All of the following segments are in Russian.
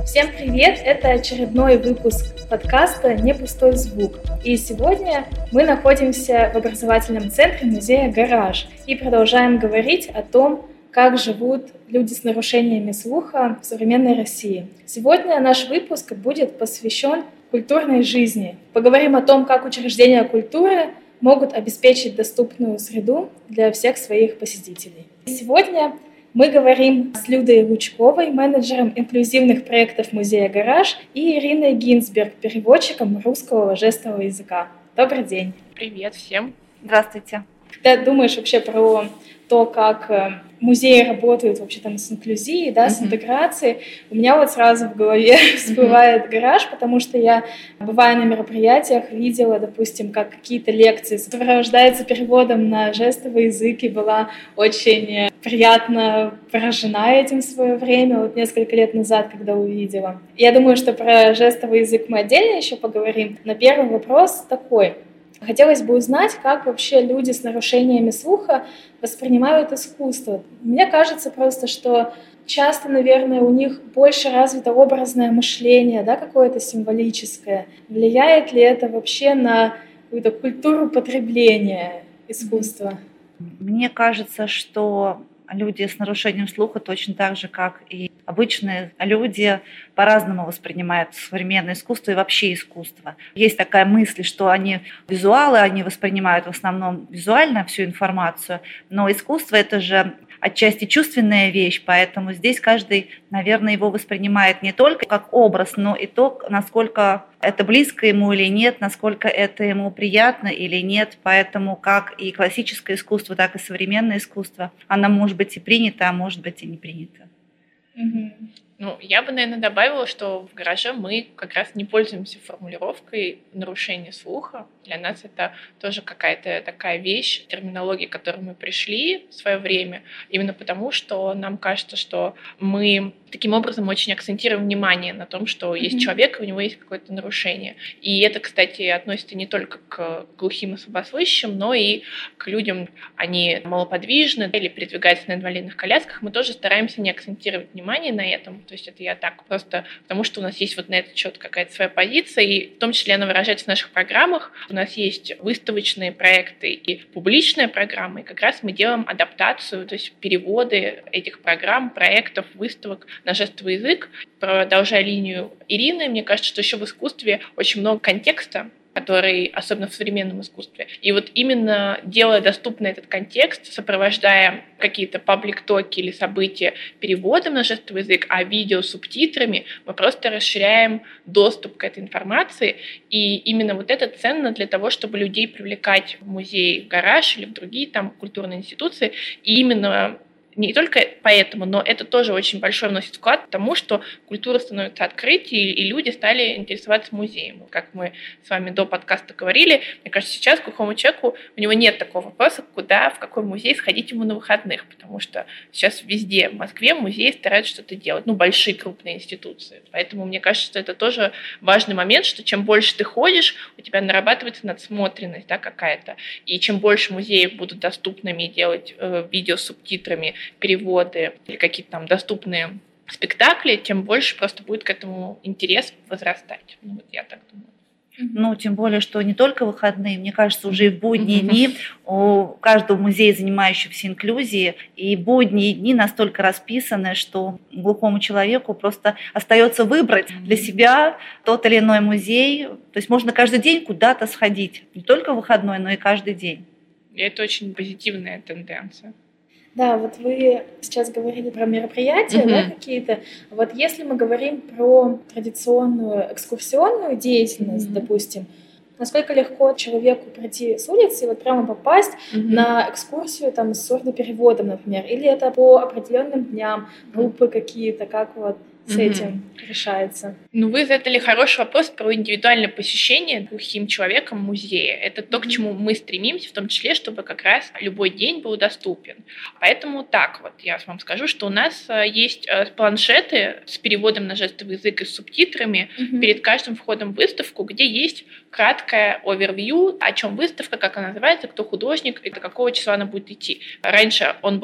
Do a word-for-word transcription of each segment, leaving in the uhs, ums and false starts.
Всем привет! Это очередной выпуск подкаста «Не пустой звук». И сегодня мы находимся в образовательном центре музея «Гараж» и продолжаем говорить о том, как живут люди с нарушениями слуха в современной России. Сегодня наш выпуск будет посвящен культурной жизни. Поговорим о том, как учреждения культуры могут обеспечить доступную среду для всех своих посетителей. Сегодня мы говорим с Людой Лучковой, менеджером инклюзивных проектов музея «Гараж», и Ириной Гинзберг, переводчиком русского жестового языка. Добрый день. Привет всем. Здравствуйте. Когда думаешь вообще про то, как музеи работают вообще там с инклюзией, да, с интеграцией, у меня вот сразу в голове всплывает «Гараж», потому что я, бывая на мероприятиях, видела, допустим, как какие-то лекции сопровождаются переводом на жестовый язык, и была очень приятно поражена этим в свое время, вот несколько лет назад, когда увидела. Я думаю, что про жестовый язык мы отдельно еще поговорим, но первый вопрос такой. Хотелось бы узнать, как вообще люди с нарушениями слуха воспринимают искусство. Мне кажется просто, что часто, наверное, у них больше развито образное мышление, да, какое-то символическое. Влияет ли это вообще на какую-то культуру потребления искусства? Мне кажется, что люди с нарушением слуха точно так же, как и обычные люди, по-разному воспринимают современное искусство и вообще искусство. Есть такая мысль, что они визуалы, они воспринимают в основном визуально всю информацию, но искусство — это же отчасти чувственная вещь, поэтому здесь каждый, наверное, его воспринимает не только как образ, но и то, насколько это близко ему или нет, насколько это ему приятно или нет. Поэтому как и классическое искусство, так и современное искусство, оно может быть и принято, а может быть и не принято. Mm-hmm. Ну, я бы, наверное, добавила, что в «Гараже» мы как раз не пользуемся формулировкой нарушения слуха. Для нас это тоже какая-то такая вещь, терминология, к которой мы пришли в свое время, именно потому, что нам кажется, что мы таким образом очень акцентируем внимание на том, что есть mm-hmm. человек, и у него есть какое-то нарушение. И это, кстати, относится не только к глухим и слабослышащим, но и к людям, они малоподвижны или передвигаются на инвалидных колясках. Мы тоже стараемся не акцентировать внимание на этом. То есть это я так просто, потому что у нас есть вот на этот счет какая-то своя позиция, и в том числе она выражается в наших программах. У нас есть выставочные проекты и публичная программа, и как раз мы делаем адаптацию, то есть переводы этих программ, проектов, выставок на жестовый язык. Продолжая линию Ирины, мне кажется, что еще в искусстве очень много контекста, который, особенно в современном искусстве. И вот именно делая доступный этот контекст, сопровождая какие-то паблик-токи или события переводом на жестовый язык, а видео субтитрами, мы просто расширяем доступ к этой информации. И именно вот это ценно для того, чтобы людей привлекать в музей, в «Гараж» или в другие там культурные институции. И именно не только поэтому, но это тоже очень большой вносит вклад к тому, что культура становится открытие, и люди стали интересоваться музеем. Как мы с вами до подкаста говорили, мне кажется, сейчас глухому человеку у него нет такого вопроса, куда, в какой музей сходить ему на выходных, потому что сейчас везде в Москве музеи стараются что-то делать, ну, большие крупные институции. Поэтому мне кажется, что это тоже важный момент, что чем больше ты ходишь, у тебя нарабатывается надсмотренность, да, какая-то, и чем больше музеев будут доступными делать э, видео с субтитрами, переводы или какие-то там доступные спектакли, тем больше просто будет к этому интерес возрастать. Ну, вот я так думаю. Ну, тем более, что не только выходные, мне кажется, уже и в будние дни у каждого музея, занимающегося инклюзией, и будние дни настолько расписаны, что глухому человеку просто остается выбрать для себя тот или иной музей. То есть можно каждый день куда-то сходить, не только в выходной, но и каждый день. И это очень позитивная тенденция. Да, вот вы сейчас говорили про мероприятия, mm-hmm. да, какие-то. Вот если мы говорим про традиционную экскурсионную деятельность, mm-hmm. допустим, насколько легко человеку пройти с улицы и вот прямо попасть mm-hmm. на экскурсию там с сурдопереводом, например, или это по определенным дням, группы mm-hmm. какие-то, как вот с mm-hmm. этим решается? Ну, вы задали хороший вопрос про индивидуальное посещение глухим человеком музея. Это то, mm-hmm. к чему мы стремимся, в том числе, чтобы как раз любой день был доступен. Поэтому так вот, я вам скажу, что у нас есть планшеты с переводом на жестовый язык и с субтитрами mm-hmm. перед каждым входом в выставку, где есть краткое овервью, о чем выставка, как она называется, кто художник и до какого числа она будет идти. Раньше он был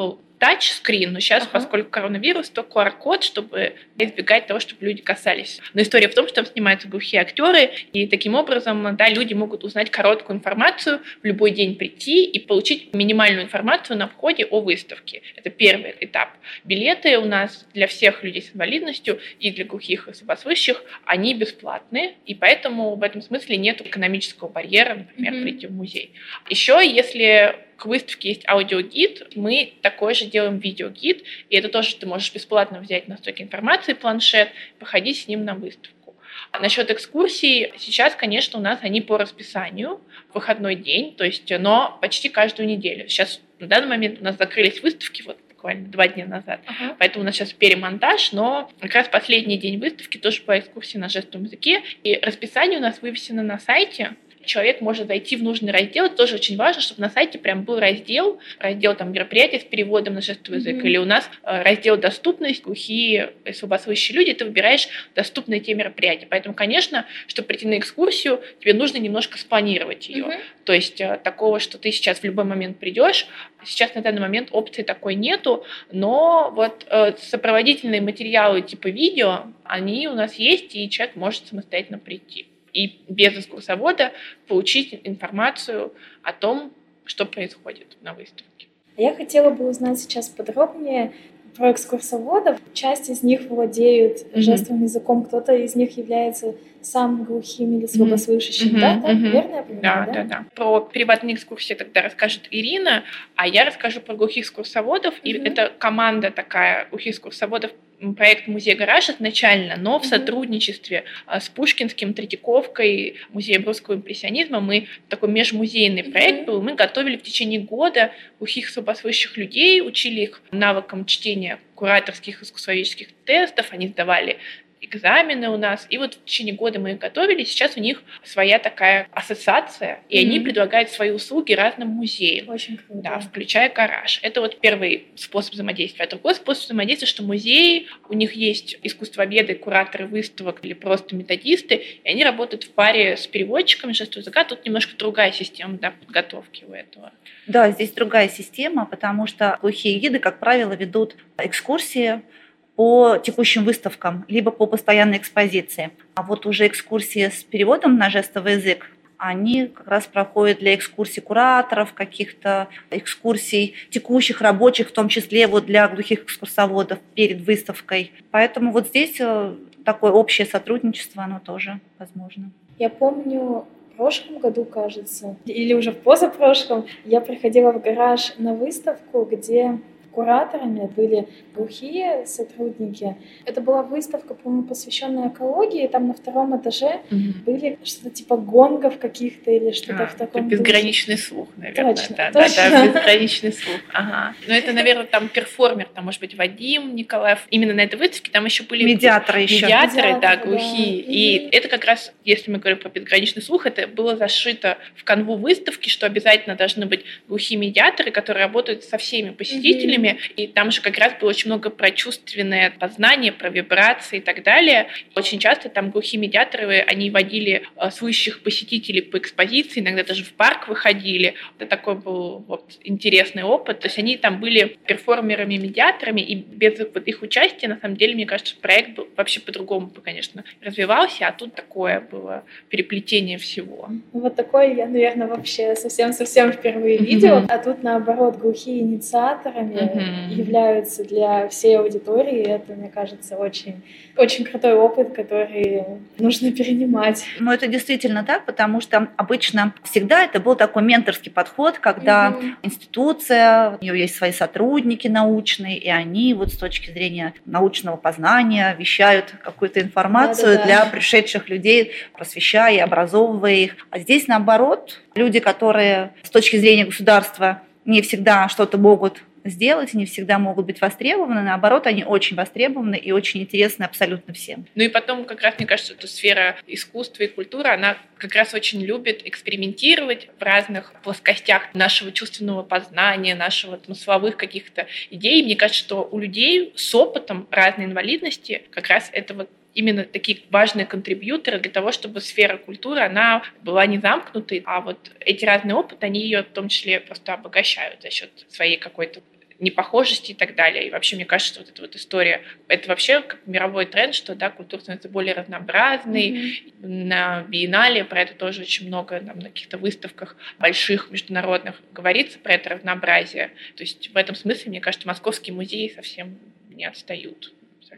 тачскрин, но сейчас, ага. поскольку коронавирус, то ку ар-код, чтобы избегать того, чтобы люди касались. Но история в том, что там снимаются глухие актеры, и таким образом, да, люди могут узнать короткую информацию, в любой день прийти и получить минимальную информацию на входе о выставке. Это первый этап. Билеты у нас для всех людей с инвалидностью и для глухих и слабослышащих, они бесплатные, и поэтому в этом смысле нет экономического барьера, например, mm-hmm. прийти в музей. Еще, если к выставке есть аудиогид, мы такой же делаем видеогид, и это тоже ты можешь бесплатно взять на стойке информации планшет, походить с ним на выставку. А насчет экскурсий, сейчас, конечно, у нас они по расписанию, в выходной день, то есть, но почти каждую неделю. Сейчас на данный момент у нас закрылись выставки, вот буквально два дня назад, ага. поэтому у нас сейчас перемонтаж, но как раз последний день выставки тоже по экскурсии на жестовом языке, и расписание у нас вывесено на сайте. Человек может зайти в нужный раздел. Это тоже очень важно, чтобы на сайте прям был раздел, раздел там мероприятия с переводом на жестовый язык, mm-hmm. или у нас раздел «Доступность», глухие и слабослышащие люди, ты выбираешь доступные те мероприятия. Поэтому, конечно, чтобы прийти на экскурсию, тебе нужно немножко спланировать ее. Mm-hmm. То есть такого, что ты сейчас в любой момент придешь, сейчас на данный момент опции такой нету, но вот сопроводительные материалы типа видео, они у нас есть, и человек может самостоятельно прийти и без экскурсовода получить информацию о том, что происходит на выставке. Я хотела бы узнать сейчас подробнее про экскурсоводов. Часть из них владеют mm-hmm. жестовым языком, кто-то из них является сам глухим или слабослышащим, mm-hmm. да? Так, mm-hmm. верно я понимаю, да, да? Да, да. Про переводные экскурсии тогда расскажет Ирина, а я расскажу про глухих экскурсоводов. Mm-hmm. И это команда такая глухих экскурсоводов, проект «Музей Гараж» изначально, но в mm-hmm. сотрудничестве с Пушкинским, Третьяковкой, Музеем русского импрессионизма. Мы такой межмузейный mm-hmm. проект был. Мы готовили в течение года глухих слабослышащих людей, учили их навыкам чтения кураторских искусствоведческих тестов, они сдавали экзамены у нас, и вот в течение года мы их готовили, сейчас у них своя такая ассоциация, и mm-hmm. они предлагают свои услуги разным музеям. Очень круто. Да, включая гараж. Это вот первый способ взаимодействия. А другой способ взаимодействия, что музеи, у них есть искусствоведы, кураторы выставок или просто методисты, и они работают в паре с переводчиками жестового языка. Тут немножко другая система, да, подготовки у этого. Да, здесь другая система, потому что глухие гиды, как правило, ведут экскурсии по текущим выставкам, либо по постоянной экспозиции. А вот уже экскурсии с переводом на жестовый язык, они как раз проходят для экскурсий кураторов, каких-то экскурсий текущих, рабочих, в том числе вот для глухих экскурсоводов перед выставкой. Поэтому вот здесь такое общее сотрудничество, оно тоже возможно. Я помню, в прошлом году, кажется, или уже в позапрошлом, я приходила в гараж на выставку, где кураторами были глухие сотрудники. Это была выставка, по-моему, посвященная экологии. Там на втором этаже mm-hmm. были что-то типа гонгов каких-то или что-то а, в таком духе. Безграничный слух, наверное. Точно, да, точно. Да, да, безграничный слух. Ага. Но это, наверное, там перформер, там, может быть, Вадим Николаев. Именно на этой выставке там еще были медиаторы, еще. медиаторы, Медиаторы, да, да. глухие. Mm-hmm. И это как раз, если мы говорим про безграничный слух, это было зашито в канву выставки, что обязательно должны быть глухие медиаторы, которые работают со всеми посетителями. Mm-hmm. И там же как раз было очень много про чувственное познание, про вибрации и так далее. Очень часто там глухие медиаторы, они водили слышащих посетителей по экспозиции, иногда даже в парк выходили. Это такой был вот интересный опыт. То есть они там были перформерами-медиаторами, и без вот их участия, на самом деле, мне кажется, проект был вообще по-другому, конечно, развивался, а тут такое было переплетение всего. Вот такое я, наверное, вообще совсем-совсем впервые mm-hmm. видела. А тут, наоборот, глухие инициаторами mm-hmm. являются для всей аудитории. Это, мне кажется, очень, очень крутой опыт, который нужно перенимать. Ну, это действительно так, потому что обычно всегда это был такой менторский подход, когда mm-hmm. институция, у нее есть свои сотрудники научные, и они вот с точки зрения научного познания вещают какую-то информацию Да-да-да. Для пришедших людей, просвещая, образовывая их. А здесь, наоборот, люди, которые с точки зрения государства не всегда что-то могут сделать, не всегда могут быть востребованы. Наоборот, они очень востребованы и очень интересны абсолютно всем. Ну и потом, как раз, мне кажется, что сфера искусства и культуры, она как раз очень любит экспериментировать в разных плоскостях нашего чувственного познания, нашего там, смысловых каких-то идей. Мне кажется, что у людей с опытом разной инвалидности как раз это вот именно такие важные контрибьюторы для того, чтобы сфера культуры, она была не замкнутой, а вот эти разные опыты, они ее в том числе просто обогащают за счет своей какой-то непохожести и так далее. И вообще, мне кажется, вот эта вот история, это вообще как мировой тренд, что, да, культура становится более разнообразной. Mm-hmm. На биеннале про это тоже очень много, там, на каких-то выставках больших, международных говорится про это разнообразие. То есть в этом смысле, мне кажется, московские музеи совсем не отстают.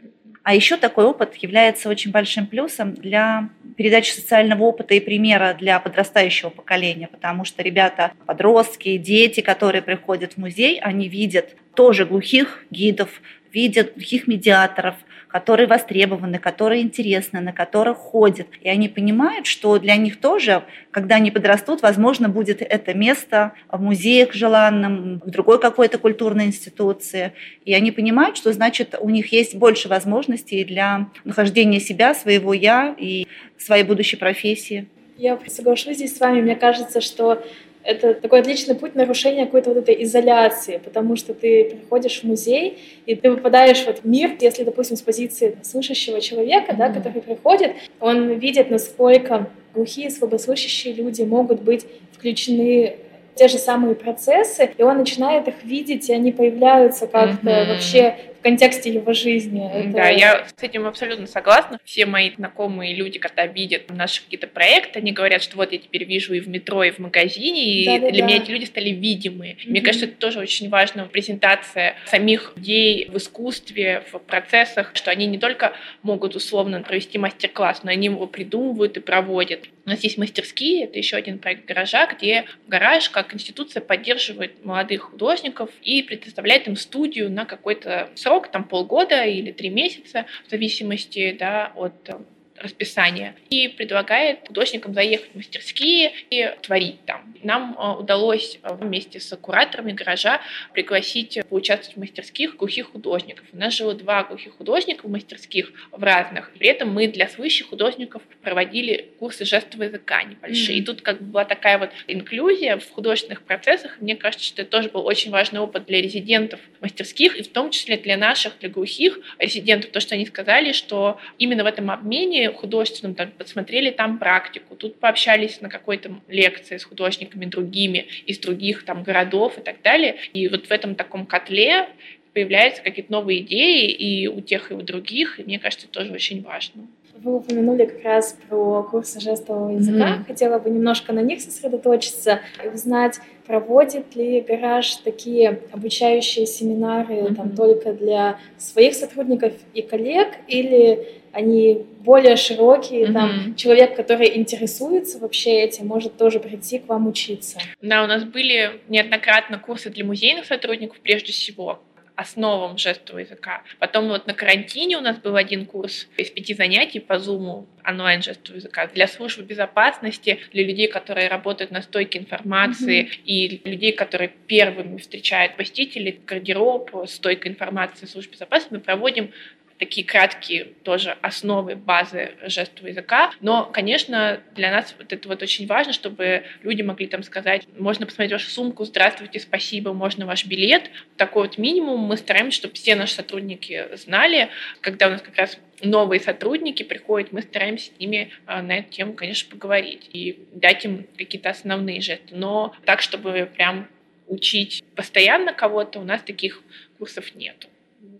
А еще такой опыт является очень большим плюсом для передачи социального опыта и примера для подрастающего поколения, потому что ребята, подростки, дети, которые приходят в музей, они видят тоже глухих гидов, видят глухих медиаторов, которые востребованы, которые интересны, на которых ходят. И они понимают, что для них тоже, когда они подрастут, возможно, будет это место в музеях желанном, в другой какой-то культурной институции. И они понимают, что, значит, у них есть больше возможностей для нахождения себя, своего «я» и своей будущей профессии. Я соглашусь здесь с вами. Мне кажется, что это такой отличный путь нарушения какой-то вот этой изоляции, потому что ты приходишь в музей, и ты выпадаешь вот в мир, если, допустим, с позиции слышащего человека, mm-hmm. да, который приходит, он видит, насколько глухие, слабослышащие люди могут быть включены в те же самые процессы, и он начинает их видеть, и они появляются как-то mm-hmm. вообще в контексте его жизни. Это... Да, я с этим абсолютно согласна. Все мои знакомые люди, когда видят наши какие-то проекты, они говорят, что вот я теперь вижу и в метро, и в магазине, и да, для да, меня да. эти люди стали видимые. Mm-hmm. Мне кажется, это тоже очень важно, презентация самих идей в искусстве, в процессах, что они не только могут условно провести мастер-класс, но они его придумывают и проводят. У нас есть мастерские, это еще один проект «Гаража», где «Гараж» как институция поддерживает молодых художников и предоставляет им студию на какой-то срок, там полгода или три месяца, в зависимости, да, от расписания, и предлагает художникам заехать в мастерские и творить там. Нам удалось вместе с кураторами «Гаража» пригласить поучаствовать в мастерских глухих художников. У нас жило два глухих художника в мастерских в разных. При этом мы для слышащих художников проводили курсы жестового языка небольшие. Mm-hmm. И тут как бы была такая вот инклюзия в художественных процессах. Мне кажется, что это тоже был очень важный опыт для резидентов мастерских, и в том числе для наших, для глухих резидентов. То, что они сказали, что именно в этом обмене художественном, там, посмотрели там практику, тут пообщались на какой-то лекции с художниками другими из других там городов и так далее. И вот в этом таком котле появляются какие-то новые идеи и у тех, и у других, и мне кажется, это тоже очень важно. Вы упомянули как раз про курсы жестового языка. Mm-hmm. Хотела бы немножко на них сосредоточиться и узнать, проводит ли «Гараж» такие обучающие семинары mm-hmm. там, только для своих сотрудников и коллег, или они более широкие, mm-hmm. там, человек, который интересуется вообще этим, может тоже прийти к вам учиться? Да, у нас были неоднократно курсы для музейных сотрудников, прежде всего, основам жестового языка. Потом вот на карантине у нас был один курс из пяти занятий по Zoom онлайн жестового языка для службы безопасности, для людей, которые работают на стойке информации, mm-hmm. и людей, которые первыми встречают посетителей, гардероб, стойка информации, службы безопасности. Мы проводим такие краткие тоже основы, базы жестового языка. Но, конечно, для нас вот это вот очень важно, чтобы люди могли там сказать: можно посмотреть вашу сумку, здравствуйте, спасибо, можно ваш билет. Такой вот минимум мы стараемся, чтобы все наши сотрудники знали. Когда у нас как раз новые сотрудники приходят, мы стараемся с ними на эту тему, конечно, поговорить и дать им какие-то основные жесты. Но так, чтобы прям учить постоянно кого-то, у нас таких курсов нету.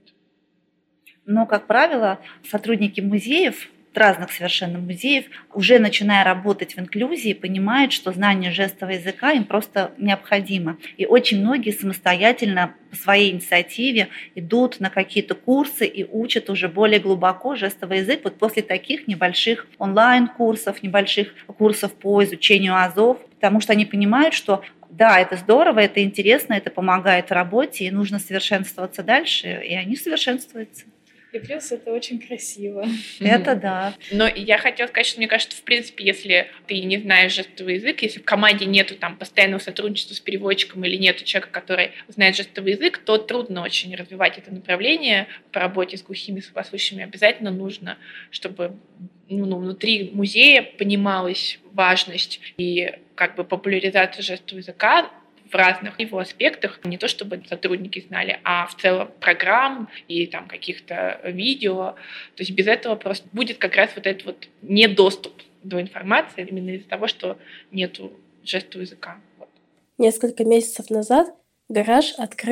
Но, как правило, сотрудники музеев, разных совершенно музеев, уже начиная работать в инклюзии, понимают, что знание жестового языка им просто необходимо. И очень многие самостоятельно по своей инициативе идут на какие-то курсы и учат уже более глубоко жестовый язык. Вот после таких небольших онлайн-курсов, небольших курсов по изучению азов, потому что они понимают, что да, это здорово, это интересно, это помогает в работе, и нужно совершенствоваться дальше, и они совершенствуются. И плюс это очень красиво. Это да. Но я хотела сказать, что мне кажется, в принципе, если ты не знаешь жестовый язык, если в команде нету там постоянного сотрудничества с переводчиком или нету человека, который знает жестовый язык, то трудно очень развивать это направление по работе с глухими, слабослышащими. Обязательно нужно, чтобы ну, внутри музея понималась важность и как бы популяризация жестового языка в разных его аспектах, не то чтобы сотрудники знали, а в целом программ и там каких-то видео. То есть без этого просто будет как раз вот этот вот недоступ до информации именно из-за того, что нету жестового языка. Вот. Несколько месяцев назад «Гараж» открыл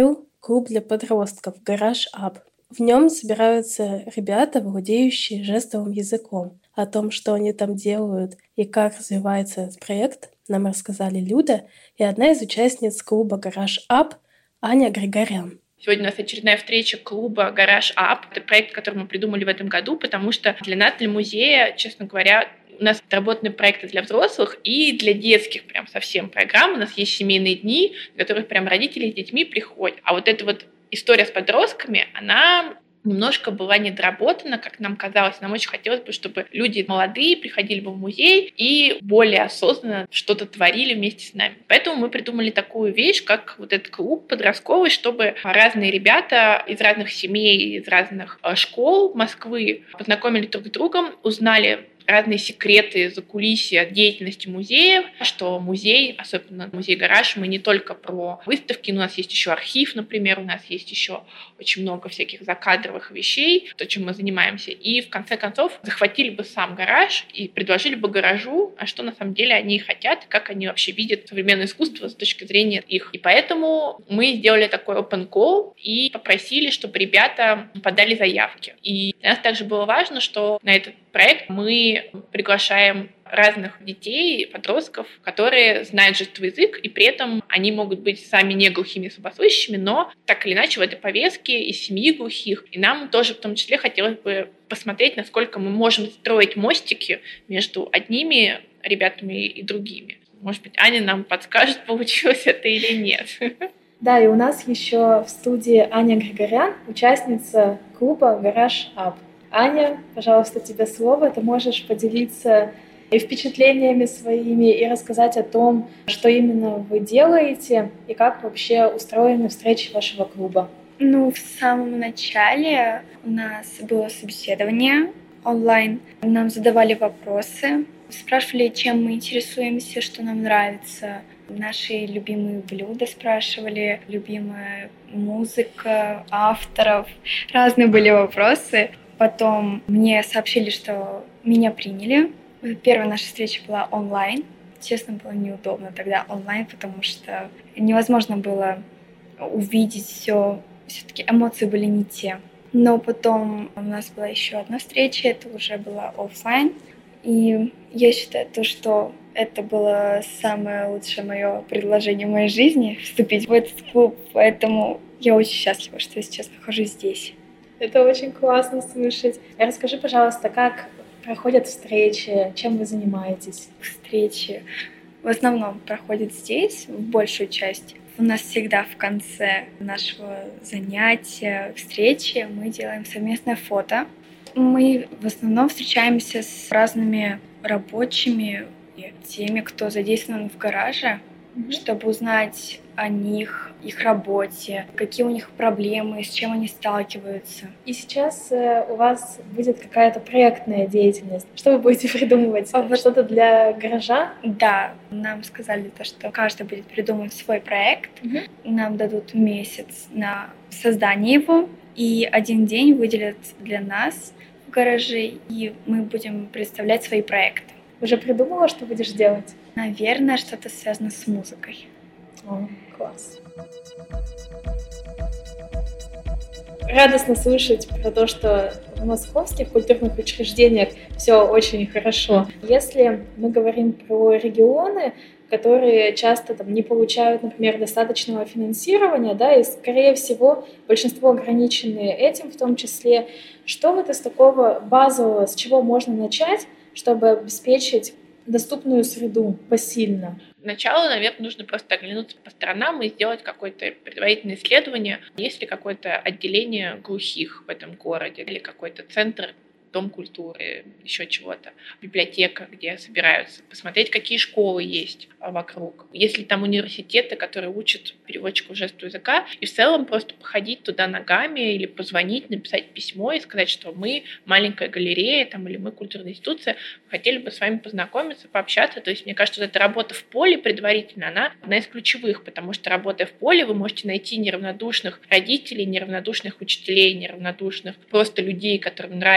клуб для подростков «Гараж Ап». В нем собираются ребята, владеющие жестовым языком. О том, что они там делают и как развивается этот проект, нам рассказали Люда и одна из участниц клуба «Гараж Ап» Аня Григорян. Сегодня у нас очередная встреча клуба «Гараж Ап». Это проект, который мы придумали в этом году, потому что для нас, для музея, честно говоря, у нас отработаны проекты для взрослых и для детских прям совсем программ. У нас есть семейные дни, на которых прям родители с детьми приходят. А вот эта вот история с подростками, она немножко была недоработана, как нам казалось. Нам очень хотелось бы, чтобы люди молодые приходили бы в музей и более осознанно что-то творили вместе с нами. Поэтому мы придумали такую вещь, как вот этот клуб подростковый, чтобы разные ребята из разных семей, из разных школ Москвы познакомились друг с другом, узнали разные секреты закулисья деятельности музеев, что музей, особенно музей-гараж, мы не только про выставки, но у нас есть еще архив, например, у нас есть еще очень много всяких закадровых вещей, то, чем мы занимаемся. И в конце концов захватили бы сам гараж и предложили бы гаражу, а что на самом деле они хотят, как они вообще видят современное искусство с точки зрения их. И поэтому мы сделали такой open call и попросили, чтобы ребята подали заявки. И для нас также было важно, что на этот проект мы приглашаем разных детей, подростков, которые знают жестовый язык, и при этом они могут быть сами не глухими, слабослышащими, но так или иначе в этой повестке из семьи глухих. И нам тоже в том числе хотелось бы посмотреть, насколько мы можем строить мостики между одними ребятами и другими. Может быть, Аня нам подскажет, получилось это или нет. Да, и у нас еще в студии Аня Григорян, участница клуба «Гараж Ап». Аня, пожалуйста, тебе слово. Ты можешь поделиться и впечатлениями своими, и рассказать о том, что именно вы делаете, и как вообще устроены встречи вашего клуба. Ну, в самом начале у нас было собеседование онлайн. Нам задавали вопросы, спрашивали, чем мы интересуемся, что нам нравится. Наши любимые блюда спрашивали, любимая музыка, авторов. Разные были вопросы. Потом мне сообщили, что меня приняли. Первая наша встреча была онлайн. Честно, было неудобно тогда онлайн, потому что невозможно было увидеть все. Все-таки эмоции были не те. Но потом у нас была еще одна встреча, это уже была офлайн. И я считаю, то, что это было самое лучшее мое предложение в моей жизни — вступить в этот клуб. Поэтому я очень счастлива, что я сейчас нахожусь здесь. Это очень классно слышать. Расскажи, пожалуйста, как проходят встречи, чем вы занимаетесь? Встречи в основном проходят здесь, в большую часть. У нас всегда в конце нашего занятия, встречи, мы делаем совместное фото. Мы в основном встречаемся с разными рабочими и теми, кто задействован в гараже, mm-hmm. чтобы узнать о них, их работе, какие у них проблемы, с чем они сталкиваются. И сейчас э, у вас будет какая-то проектная деятельность. Что вы будете придумывать? А вот что-то для гаража? Да, нам сказали то, что каждый будет придумывать свой проект. Угу. Нам дадут месяц на создание его, и один день выделят для нас в гараже, и мы будем представлять свои проекты. Уже придумала, что будешь делать? Наверное, что-то связано с музыкой. О, класс. Радостно слышать про то, что в московских культурных учреждениях все очень хорошо. Если мы говорим про регионы, которые часто там, не получают, например, достаточного финансирования, да, и, скорее всего, большинство ограничены этим в том числе, что вот из такого базового, с чего можно начать, чтобы обеспечить доступную среду посильно? Сначала, наверное, нужно просто оглянуться по сторонам и сделать какое-то предварительное исследование, есть ли какое-то отделение глухих в этом городе или какой-то центр, дом культуры, еще чего-то, библиотека, где собираются, посмотреть, какие школы есть вокруг. Есть ли там университеты, которые учат переводчику жестового языка, и в целом просто походить туда ногами или позвонить, написать письмо и сказать, что мы маленькая галерея там, или мы культурная институция, хотели бы с вами познакомиться, пообщаться. То есть мне кажется, что эта работа в поле предварительно, она одна из ключевых, потому что, работая в поле, вы можете найти неравнодушных родителей, неравнодушных учителей, неравнодушных просто людей, которым нравится и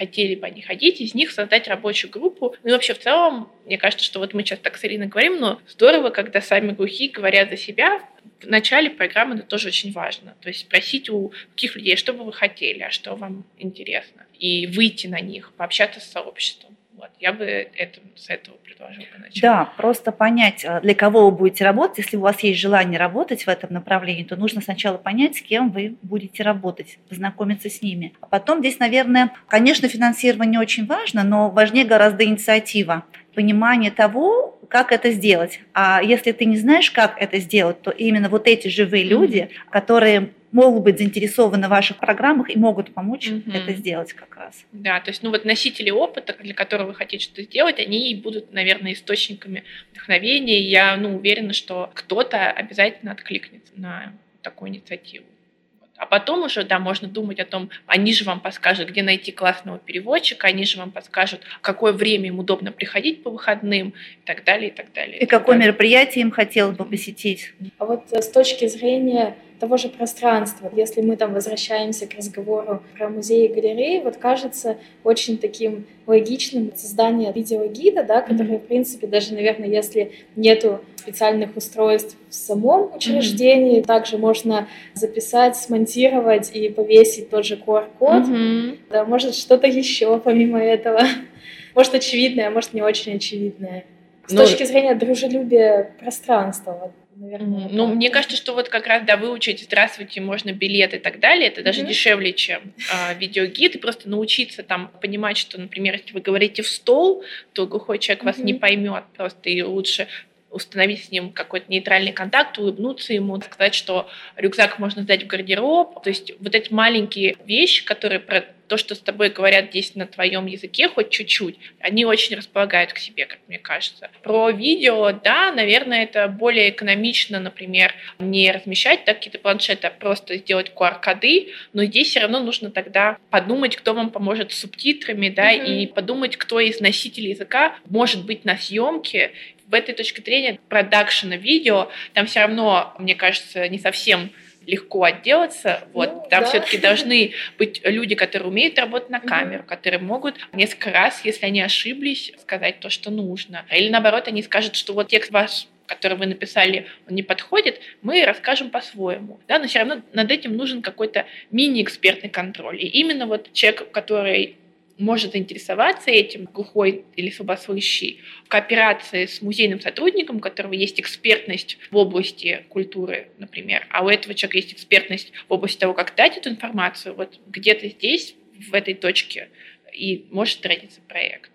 хотели бы они ходить, из них создать рабочую группу. Ну и вообще в целом, мне кажется, что вот мы сейчас так с Ириной говорим, но здорово, когда сами глухие говорят за себя. В начале программы это тоже очень важно. То есть спросить у каких людей, что бы вы хотели, а что вам интересно. И выйти на них, пообщаться с сообществом. Вот. Я бы это, с этого предложила поначалу. Да, просто понять, для кого вы будете работать. Если у вас есть желание работать в этом направлении, то нужно сначала понять, с кем вы будете работать, познакомиться с ними. А потом здесь, наверное, конечно, финансирование очень важно, но важнее гораздо инициатива, понимание того, как это сделать. А если ты не знаешь, как это сделать, то именно вот эти живые люди, mm-hmm. которые могут быть заинтересованы в ваших программах и могут помочь mm-hmm. это сделать как раз. Да, то есть ну вот носители опыта, для которого вы хотите что-то сделать, они и будут, наверное, источниками вдохновения. Я ну, уверена, что кто-то обязательно откликнется на такую инициативу. А потом уже, да, можно думать о том, они же вам подскажут, где найти классного переводчика, они же вам подскажут, в какое время им удобно приходить по выходным и так далее, и так далее. И какое мероприятие им хотелось бы посетить. А вот с точки зрения того же пространства, если мы там возвращаемся к разговору про музеи и галереи, вот кажется очень таким логичным создание видеогида, да, который, mm-hmm. в принципе, даже, наверное, если нету специальных устройств в самом учреждении, mm-hmm. также можно записать, смонтировать и повесить тот же ку ар-код. Mm-hmm. Да, может, что-то еще помимо этого. Может, очевидное, а может, не очень очевидное. С ну, точки зрения дружелюбия пространства, вот. Наверное, ну, мне кажется, что вот как раз, да, выучить «Здравствуйте, можно билет» и так далее, это даже mm-hmm. дешевле, чем э, видеогид, и просто научиться там понимать, что, например, если вы говорите в стол, то глухой человек mm-hmm. вас не поймет просто, и лучше установить с ним какой-то нейтральный контакт, улыбнуться ему, сказать, что рюкзак можно сдать в гардероб. То есть вот эти маленькие вещи, которые про то, что с тобой говорят здесь на твоем языке, хоть чуть-чуть, они очень располагают к себе, как мне кажется. Про видео, да, наверное, это более экономично, например, не размещать так, какие-то планшеты, а просто сделать ку ар-коды, но здесь все равно нужно тогда подумать, кто вам поможет с субтитрами, да, mm-hmm. и подумать, кто из носителей языка может быть на съемке. В этой точке зрения продакшена видео, там все равно, мне кажется, не совсем легко отделаться. Вот. Ну, там да. все-таки должны быть люди, которые умеют работать на камеру, mm-hmm. которые могут несколько раз, если они ошиблись, сказать то, что нужно. Или наоборот, они скажут, что вот текст ваш, который вы написали, он не подходит, мы расскажем по-своему. Да? Но все равно над этим нужен какой-то мини-экспертный контроль. И именно вот человек, который может заинтересоваться этим, глухой или слабослышащий, в кооперации с музейным сотрудником, у которого есть экспертность в области культуры, например, а у этого человека есть экспертность в области того, как дать эту информацию, вот где-то здесь, в этой точке, и может родиться проект.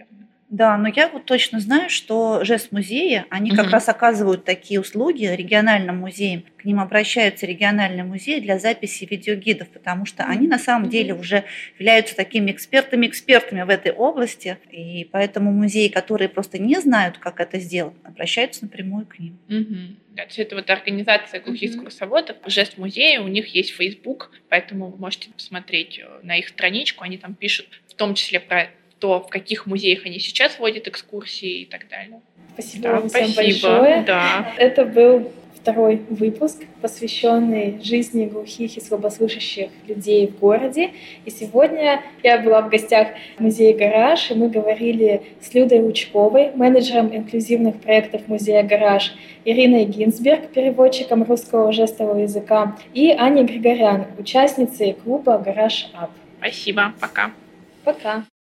Да, но я вот точно знаю, что жест-музеи, они как uh-huh. раз оказывают такие услуги региональным музеям. К ним обращаются региональные музеи для записи видеогидов, потому что uh-huh. они на самом uh-huh. деле уже являются такими экспертами-экспертами в этой области, и поэтому музеи, которые просто не знают, как это сделать, обращаются напрямую к ним. Uh-huh. Да, то есть это вот организация глухих экскурсоводов, жест-музеи, у них есть Facebook, поэтому вы можете посмотреть на их страничку, они там пишут в том числе про то, в каких музеях они сейчас водят экскурсии и так далее. Спасибо да, вам всем спасибо. большое. Да. Это был второй выпуск, посвященный жизни глухих и слабослышащих людей в городе. И сегодня я была в гостях в музее «Гараж», и мы говорили с Людой Лучковой, менеджером инклюзивных проектов музея «Гараж», Ириной Гинзберг, переводчиком русского жестового языка, и Аней Григорян, участницей клуба «Гараж Ап». Спасибо. Пока. Пока.